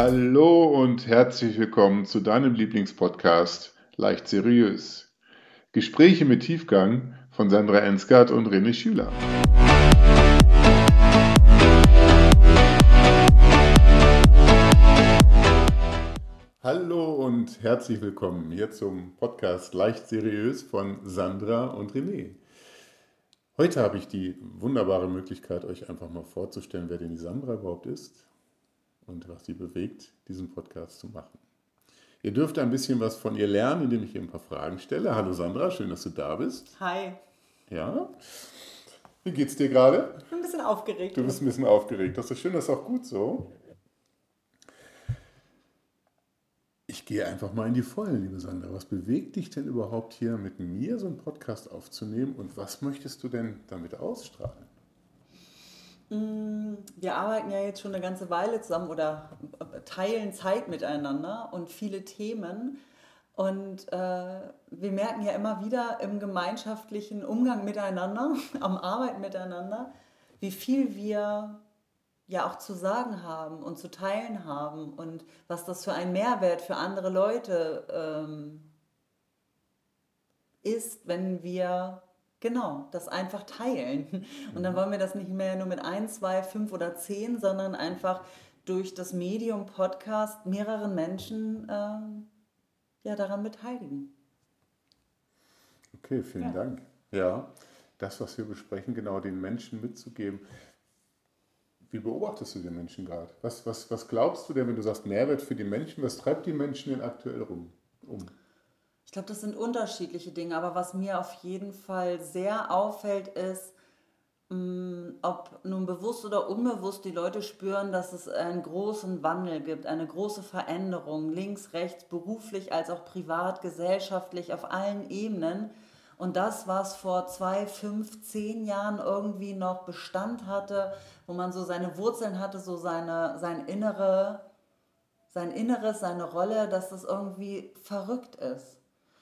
Hallo und herzlich willkommen zu deinem Lieblingspodcast Leicht seriös. Gespräche mit Tiefgang von Sandra Ensgard und René Schüler. Hallo und herzlich willkommen hier zum Podcast Leicht seriös von Sandra und René. Heute habe ich die wunderbare Möglichkeit, euch einfach mal vorzustellen, wer denn die Sandra überhaupt ist und was sie bewegt, diesen Podcast zu machen. Ihr dürft ein bisschen was von ihr lernen, indem ich ihr ein paar Fragen stelle. Hallo Sandra, schön, dass du da bist. Hi. Ja. Wie geht's dir gerade? Ich bin ein bisschen aufgeregt. Du bist ein bisschen aufgeregt. Das ist schön, das ist auch gut so. Ich gehe einfach mal in die Vollen, liebe Sandra. Was bewegt dich denn überhaupt hier mit mir so einen Podcast aufzunehmen und was möchtest du denn damit ausstrahlen? Wir arbeiten ja jetzt schon eine ganze Weile zusammen oder teilen Zeit miteinander und viele Themen. Und wir merken ja immer wieder im gemeinschaftlichen Umgang miteinander, am Arbeiten miteinander, wie viel wir ja auch zu sagen haben und zu teilen haben und was das für ein Mehrwert für andere Leute ist, wenn wir genau das einfach teilen. Und dann wollen wir das nicht mehr nur mit 1, 2, 5 oder 10, sondern einfach durch das Medium Podcast mehreren Menschen ja, daran beteiligen. Okay, vielen Dank. Ja, das, was wir besprechen, genau den Menschen mitzugeben. Wie beobachtest du den Menschen gerade? Was glaubst du denn, wenn du sagst Mehrwert für die Menschen? Was treibt die Menschen denn aktuell um? Ich glaube, das sind unterschiedliche Dinge, aber was mir auf jeden Fall sehr auffällt, ist, ob nun bewusst oder unbewusst die Leute spüren, dass es einen großen Wandel gibt, eine große Veränderung, links, rechts, beruflich als auch privat, gesellschaftlich, auf allen Ebenen. Und das, was vor 2, 5, 10 Jahren irgendwie noch Bestand hatte, wo man so seine Wurzeln hatte, so sein Inneres, seine Rolle, dass das irgendwie verrückt ist.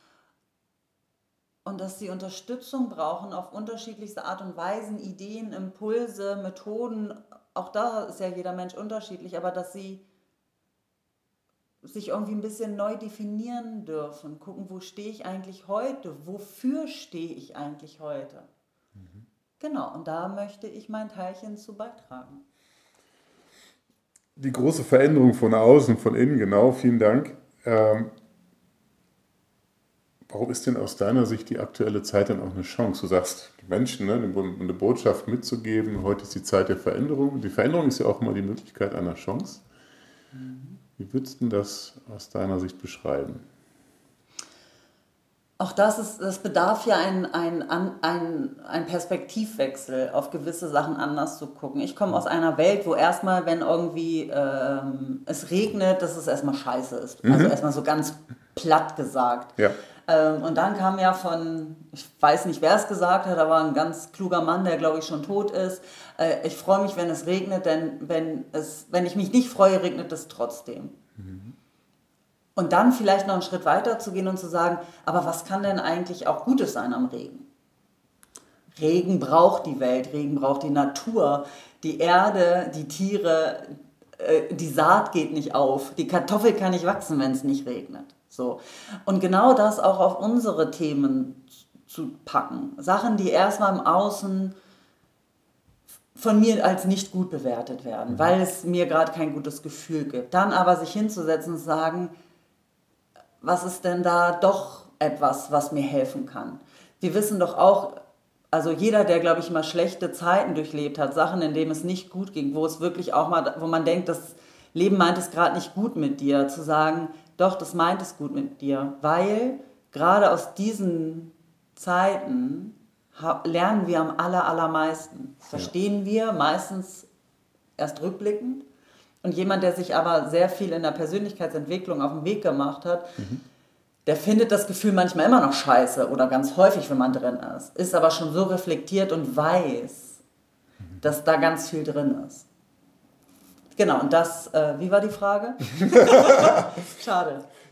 Und dass sie Unterstützung brauchen auf unterschiedlichste Art und Weisen, Ideen, Impulse, Methoden. Auch da ist ja jeder Mensch unterschiedlich, aber dass sie sich irgendwie ein bisschen neu definieren dürfen. Gucken, wo stehe ich eigentlich heute? Wofür stehe ich eigentlich heute? Genau, und da möchte ich mein Teilchen zu beitragen. Die große Veränderung von außen, von innen, genau, vielen Dank. Warum ist denn aus deiner Sicht die aktuelle Zeit dann auch eine Chance? Du sagst, die Menschen eine Botschaft mitzugeben, heute ist die Zeit der Veränderung. Die Veränderung ist ja auch immer die Möglichkeit einer Chance. Wie würdest du das aus deiner Sicht beschreiben? Auch das bedarf ja ein Perspektivwechsel, auf gewisse Sachen anders zu gucken. Ich komme aus einer Welt, wo erstmal, wenn irgendwie es regnet, dass es erstmal scheiße ist. Also erstmal so ganz platt gesagt. Ja. Und dann kam ja ich weiß nicht, wer es gesagt hat, aber ein ganz kluger Mann, der glaube ich schon tot ist. Ich freue mich, wenn es regnet, denn wenn ich mich nicht freue, regnet es trotzdem. Und dann vielleicht noch einen Schritt weiter zu gehen und zu sagen, aber was kann denn eigentlich auch Gutes sein am Regen? Regen braucht die Welt, Regen braucht die Natur, die Erde, die Tiere, die Saat geht nicht auf, die Kartoffel kann nicht wachsen, wenn es nicht regnet. So. Und genau das auch auf unsere Themen zu packen. Sachen, die erstmal im Außen von mir als nicht gut bewertet werden, weil es mir gerade kein gutes Gefühl gibt. Dann aber sich hinzusetzen und sagen, was ist denn da doch etwas, was mir helfen kann? Wir wissen doch auch, also jeder, der, glaube ich, mal schlechte Zeiten durchlebt hat, Sachen, in denen es nicht gut ging, wo es wirklich auch mal, wo man denkt, das Leben meint es gerade nicht gut mit dir, zu sagen, doch, das meint es gut mit dir, weil gerade aus diesen Zeiten lernen wir am allermeisten. Verstehen wir meistens erst rückblickend. Und jemand, der sich aber sehr viel in der Persönlichkeitsentwicklung auf den Weg gemacht hat, der findet das Gefühl manchmal immer noch scheiße oder ganz häufig, wenn man drin ist aber schon so reflektiert und weiß, dass da ganz viel drin ist. Genau, und das, wie war die Frage? Schade.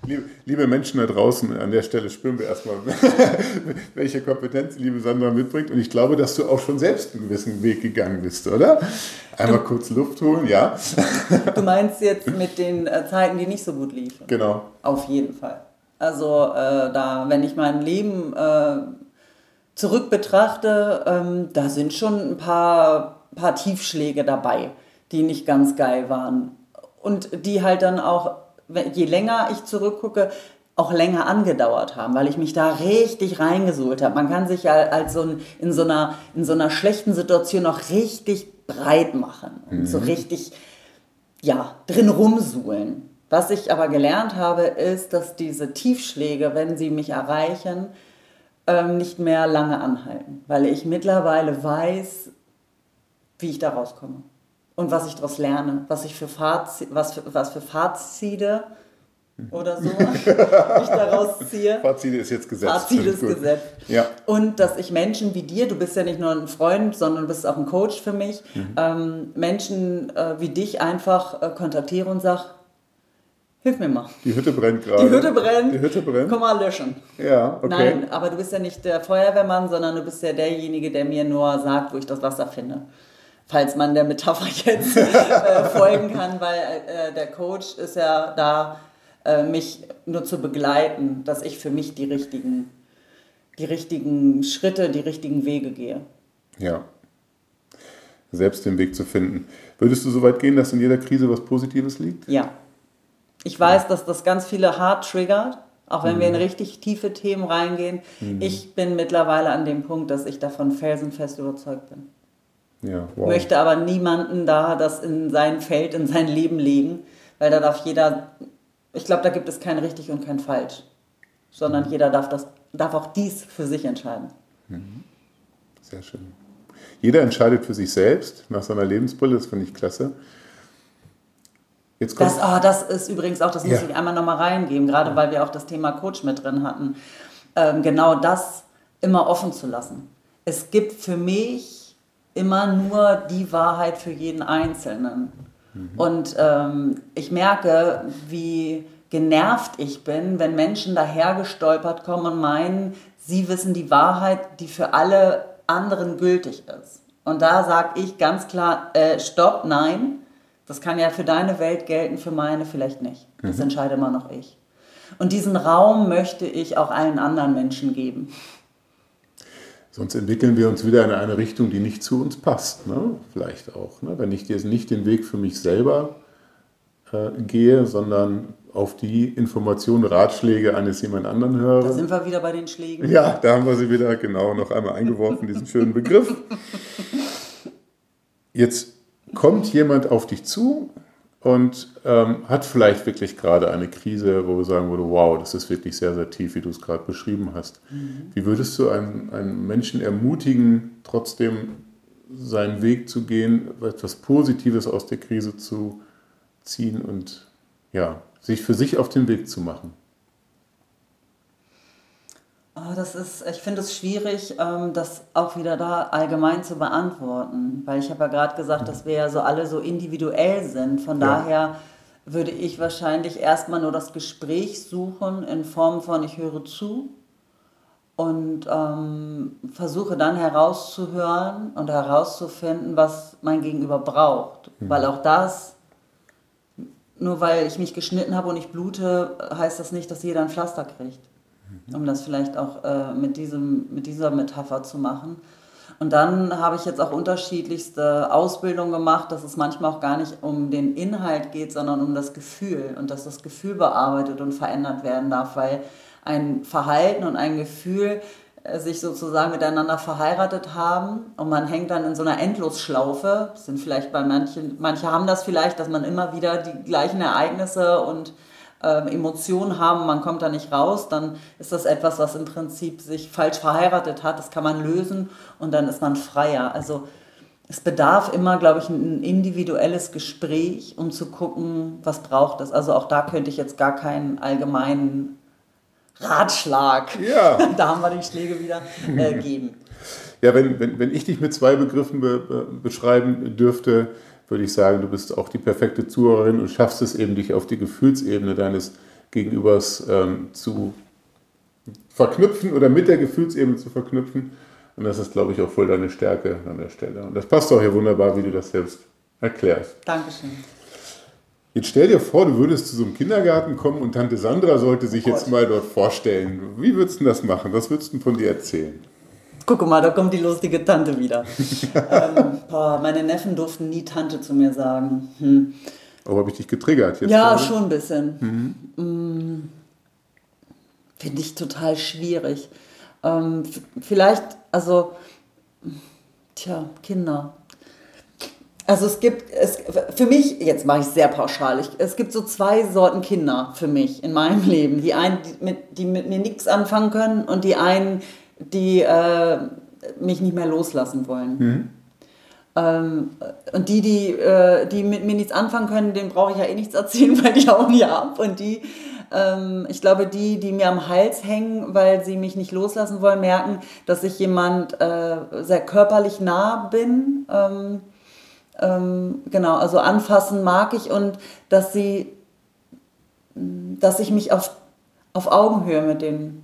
Liebe Menschen da draußen, an der Stelle spüren wir erstmal, welche Kompetenz die liebe Sandra mitbringt. Und ich glaube, dass du auch schon selbst einen gewissen Weg gegangen bist, oder? Einmal kurz Luft holen, ja. Du meinst jetzt mit den Zeiten, die nicht so gut liefen? Genau. Auf jeden Fall. Also wenn ich mein Leben zurück betrachte, da sind schon ein paar Tiefschläge dabei, die nicht ganz geil waren. Und die halt dann auch, je länger ich zurückgucke, auch länger angedauert haben, weil ich mich da richtig reingesuhlt habe. Man kann sich ja in so einer schlechten Situation noch richtig breit machen und so richtig drin rumsuhlen. Was ich aber gelernt habe, ist, dass diese Tiefschläge, wenn sie mich erreichen, nicht mehr lange anhalten, weil ich mittlerweile weiß, wie ich da rauskomme und was ich daraus lerne, was für Fazide oder so ich daraus ziehe. Fazide ist jetzt gesetzt. Fazide ist gesetzt. Ja. Und dass ich Menschen wie dir, du bist ja nicht nur ein Freund, sondern du bist auch ein Coach für mich, Menschen wie dich einfach kontaktiere und sage, hilf mir mal. Die Hütte brennt gerade. Die Hütte brennt. Die Hütte brennt. Komm mal löschen. Ja, okay. Nein, aber du bist ja nicht der Feuerwehrmann, sondern du bist ja derjenige, der mir nur sagt, wo ich das Wasser finde. Falls man der Metapher jetzt folgen kann, weil der Coach ist ja da, mich nur zu begleiten, dass ich für mich die richtigen Schritte, die richtigen Wege gehe. Ja. Selbst den Weg zu finden. Würdest du so weit gehen, dass in jeder Krise was Positives liegt? Ja. Ich weiß, dass das ganz viele hart triggert, auch wenn wir in richtig tiefe Themen reingehen. Ich bin mittlerweile an dem Punkt, dass ich davon felsenfest überzeugt bin. Ja, wow. Möchte aber niemanden da das in sein Feld, in sein Leben legen, weil da darf jeder, ich glaube, da gibt es kein richtig und kein falsch, sondern jeder darf auch dies für sich entscheiden. Sehr schön. Jeder entscheidet für sich selbst nach seiner Lebensbrille, das finde ich klasse. Jetzt kommt das ist übrigens auch, das muss ich einmal nochmal reingeben, gerade weil wir auch das Thema Coach mit drin hatten, genau das immer offen zu lassen. Es gibt für mich immer nur die Wahrheit für jeden Einzelnen. Und ich merke, wie genervt ich bin, wenn Menschen dahergestolpert kommen und meinen, sie wissen die Wahrheit, die für alle anderen gültig ist. Und da sage ich ganz klar, stopp, nein. Das kann ja für deine Welt gelten, für meine vielleicht nicht. Das entscheide immer noch ich. Und diesen Raum möchte ich auch allen anderen Menschen geben. Sonst entwickeln wir uns wieder in eine Richtung, die nicht zu uns passt. Ne? Vielleicht auch. Ne? Wenn ich jetzt nicht den Weg für mich selber gehe, sondern auf die Informationen, Ratschläge eines jemand anderen höre. Da sind wir wieder bei den Schlägen. Ja, da haben wir sie wieder genau noch einmal eingeworfen, diesen schönen Begriff. Jetzt kommt jemand auf dich zu und hat vielleicht wirklich gerade eine Krise, wo wir sagen würden, wow, das ist wirklich sehr, sehr tief, wie du es gerade beschrieben hast. Wie würdest du einen Menschen ermutigen, trotzdem seinen Weg zu gehen, etwas Positives aus der Krise zu ziehen und sich für sich auf den Weg zu machen? Ich finde es schwierig, das auch wieder da allgemein zu beantworten, weil ich habe ja gerade gesagt, dass wir ja so alle so individuell sind. Von daher würde ich wahrscheinlich erstmal nur das Gespräch suchen in Form von ich höre zu und versuche dann herauszuhören und herauszufinden, was mein Gegenüber braucht. Weil auch das, nur weil ich mich geschnitten habe und ich blute, heißt das nicht, dass jeder ein Pflaster kriegt. Um das vielleicht auch mit dieser Metapher zu machen. Und dann habe ich jetzt auch unterschiedlichste Ausbildungen gemacht, dass es manchmal auch gar nicht um den Inhalt geht, sondern um das Gefühl und dass das Gefühl bearbeitet und verändert werden darf, weil ein Verhalten und ein Gefühl sich sozusagen miteinander verheiratet haben und man hängt dann in so einer Endlosschlaufe. Das sind vielleicht bei manche haben das vielleicht, dass man immer wieder die gleichen Ereignisse und Emotionen haben, man kommt da nicht raus, dann ist das etwas, was im Prinzip sich falsch verheiratet hat. Das kann man lösen und dann ist man freier. Also es bedarf immer, glaube ich, ein individuelles Gespräch, um zu gucken, was braucht es. Also auch da könnte ich jetzt gar keinen allgemeinen Ratschlag, da haben wir die Schläge wieder, geben. Ja, wenn ich dich mit zwei Begriffen beschreiben dürfte, würde ich sagen, du bist auch die perfekte Zuhörerin und schaffst es eben, dich auf die Gefühlsebene deines Gegenübers zu verknüpfen oder mit der Gefühlsebene zu verknüpfen. Und das ist, glaube ich, auch voll deine Stärke an der Stelle. Und das passt auch hier wunderbar, wie du das selbst erklärst. Dankeschön. Jetzt stell dir vor, du würdest zu so einem Kindergarten kommen und Tante Sandra sollte sich jetzt mal dort vorstellen. Wie würdest du das machen? Was würdest du von dir erzählen? Guck mal, da kommt die lustige Tante wieder. Meine Neffen durften nie Tante zu mir sagen. Oh, habe ich dich getriggert jetzt? Ja, gerade? schon ein bisschen. Finde ich total schwierig. Vielleicht, also, Kinder. Also für mich, jetzt mache ich es sehr pauschal, es gibt so 2 Sorten Kinder für mich in meinem Leben. Die einen, die mit mir nichts anfangen können und die einen, die mich nicht mehr loslassen wollen. Und die mit mir nichts anfangen können, denen brauche ich ja eh nichts erzählen, weil die hauen ja ab. Und ich glaube, die mir am Hals hängen, weil sie mich nicht loslassen wollen, merken, dass ich jemand sehr körperlich nah bin. Genau, also anfassen mag ich und dass ich mich auf Augenhöhe mit denen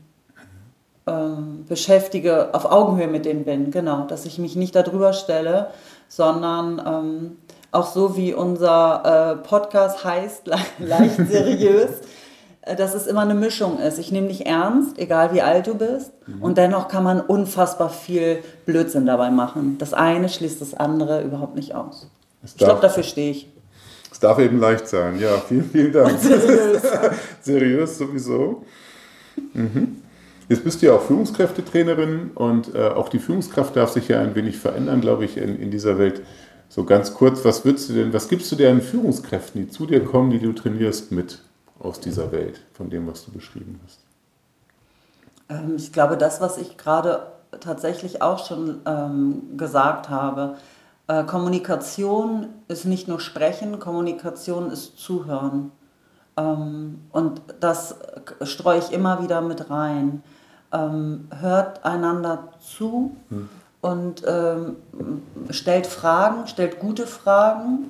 beschäftige, auf Augenhöhe mit denen bin, genau, dass ich mich nicht darüber stelle, sondern auch so wie unser Podcast heißt, leicht seriös, dass es immer eine Mischung ist. Ich nehme dich ernst, egal wie alt du bist, und dennoch kann man unfassbar viel Blödsinn dabei machen. Das eine schließt das andere überhaupt nicht aus. Ich glaube, dafür stehe ich. Es darf eben leicht sein. Ja, vielen, vielen Dank. Seriös. Seriös sowieso. Jetzt bist du ja auch Führungskräftetrainerin und auch die Führungskraft darf sich ja ein wenig verändern, glaube ich, in dieser Welt. So ganz kurz, was gibst du den Führungskräften, die zu dir kommen, die du trainierst, mit aus dieser Welt, von dem, was du beschrieben hast? Ich glaube, das, was ich gerade tatsächlich auch schon gesagt habe, Kommunikation ist nicht nur Sprechen, Kommunikation ist Zuhören. Und das streue ich immer wieder mit rein. Hört einander zu und stellt Fragen, stellt gute Fragen.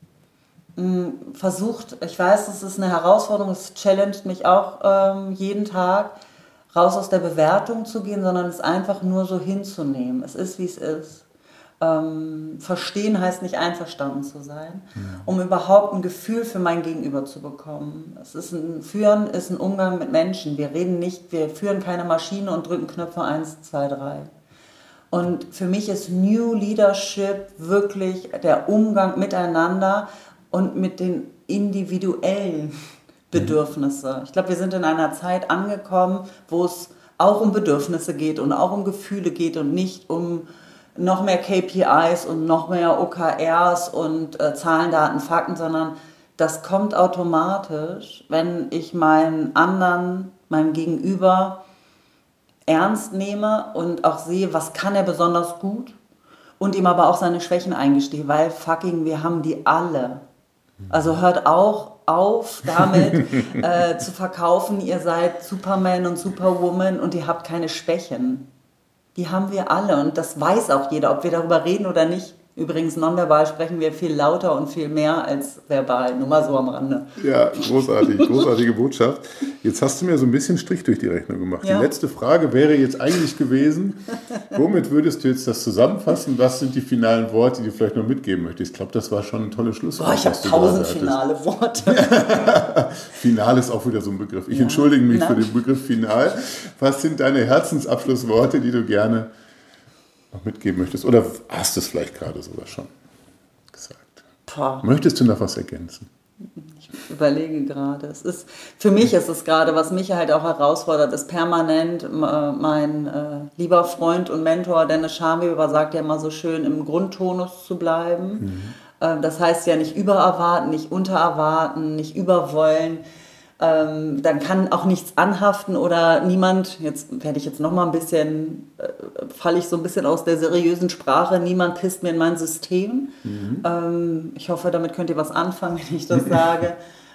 Versucht, ich weiß, es ist eine Herausforderung, es challenged mich auch jeden Tag, raus aus der Bewertung zu gehen, sondern es einfach nur so hinzunehmen. Es ist, wie es ist. Verstehen heißt nicht einverstanden zu sein, um überhaupt ein Gefühl für mein Gegenüber zu bekommen. Führen ist ein Umgang mit Menschen. Wir führen keine Maschine und drücken Knöpfe 1, 2, 3. Und für mich ist New Leadership wirklich der Umgang miteinander und mit den individuellen Bedürfnissen. Ich glaube, wir sind in einer Zeit angekommen, wo es auch um Bedürfnisse geht und auch um Gefühle geht und nicht um noch mehr KPIs und noch mehr OKRs und Zahlen, Daten, Fakten, sondern das kommt automatisch, wenn ich meinem Gegenüber ernst nehme und auch sehe, was kann er besonders gut und ihm aber auch seine Schwächen eingestehe, weil wir haben die alle. Also hört auch auf damit zu verkaufen, ihr seid Superman und Superwoman und ihr habt keine Schwächen. Die haben wir alle und das weiß auch jeder, ob wir darüber reden oder nicht. Übrigens, nonverbal sprechen wir viel lauter und viel mehr als verbal. Nur mal so am Rande. Ja, großartig, großartige Botschaft. Jetzt hast du mir so ein bisschen Strich durch die Rechnung gemacht. Ja. Die letzte Frage wäre jetzt eigentlich gewesen, womit würdest du jetzt das zusammenfassen? Was sind die finalen Worte, die du vielleicht noch mitgeben möchtest? Ich glaube, das war schon ein tolles Schlusswort. Ich habe 1000 finale Worte. Final ist auch wieder so ein Begriff. Ich entschuldige mich für den Begriff Final. Was sind deine Herzensabschlussworte, die du gerne noch mitgeben möchtest? Oder hast du es vielleicht gerade sogar schon gesagt? Möchtest du noch was ergänzen? Ich überlege gerade. Für mich ist es gerade, was mich halt auch herausfordert, ist permanent mein lieber Freund und Mentor Dennis Scharweber sagt ja immer so schön, im Grundtonus zu bleiben. Das heißt ja nicht übererwarten, nicht untererwarten, nicht überwollen. Dann kann auch nichts anhaften oder niemand, jetzt werde ich jetzt nochmal ein bisschen, falle ich so ein bisschen aus der seriösen Sprache, niemand pisst mir in mein System. Ich hoffe, damit könnt ihr was anfangen, wenn ich das sage.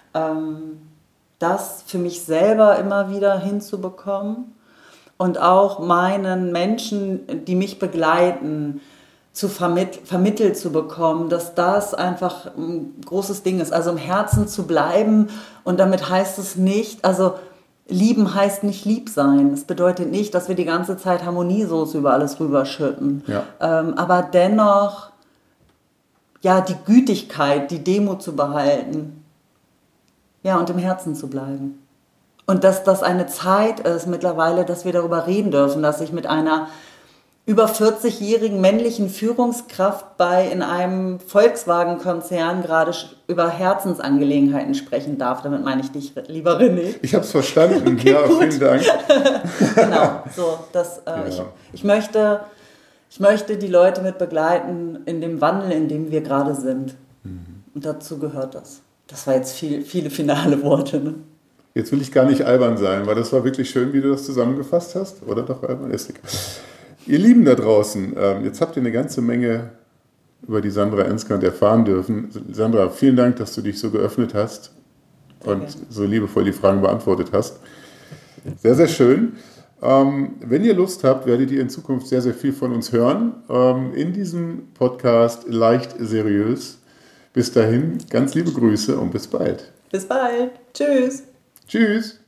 Das für mich selber immer wieder hinzubekommen und auch meinen Menschen, die mich begleiten, vermittelt zu bekommen, dass das einfach ein großes Ding ist. Also im Herzen zu bleiben und damit heißt es nicht, also lieben heißt nicht lieb sein. Es bedeutet nicht, dass wir die ganze Zeit Harmoniesoße über alles rüberschütten. Ja. Aber dennoch, ja, die Gütigkeit, die Demut zu behalten, ja, und im Herzen zu bleiben. Und dass das eine Zeit ist mittlerweile, dass wir darüber reden dürfen, dass ich mit einer über 40-jährigen männlichen Führungskraft in einem Volkswagen-Konzern gerade über Herzensangelegenheiten sprechen darf. Damit meine ich dich, lieber René. Ich habe es verstanden. Okay, ja, gut. vielen Dank. Genau, so, ich möchte die Leute mit begleiten in dem Wandel, in dem wir gerade sind. Und dazu gehört das. Das war jetzt viele finale Worte. Ne? Jetzt will ich gar nicht albern sein, weil das war wirklich schön, wie du das zusammengefasst hast. Oder doch albern? Ist egal. Ihr Lieben da draußen, jetzt habt ihr eine ganze Menge über die Sandra Enskant erfahren dürfen. Sandra, vielen Dank, dass du dich so geöffnet hast und so liebevoll die Fragen beantwortet hast. Sehr, sehr schön. Wenn ihr Lust habt, werdet ihr in Zukunft sehr, sehr viel von uns hören. In diesem Podcast Leicht seriös. Bis dahin, ganz liebe Grüße und bis bald. Bis bald. Tschüss. Tschüss.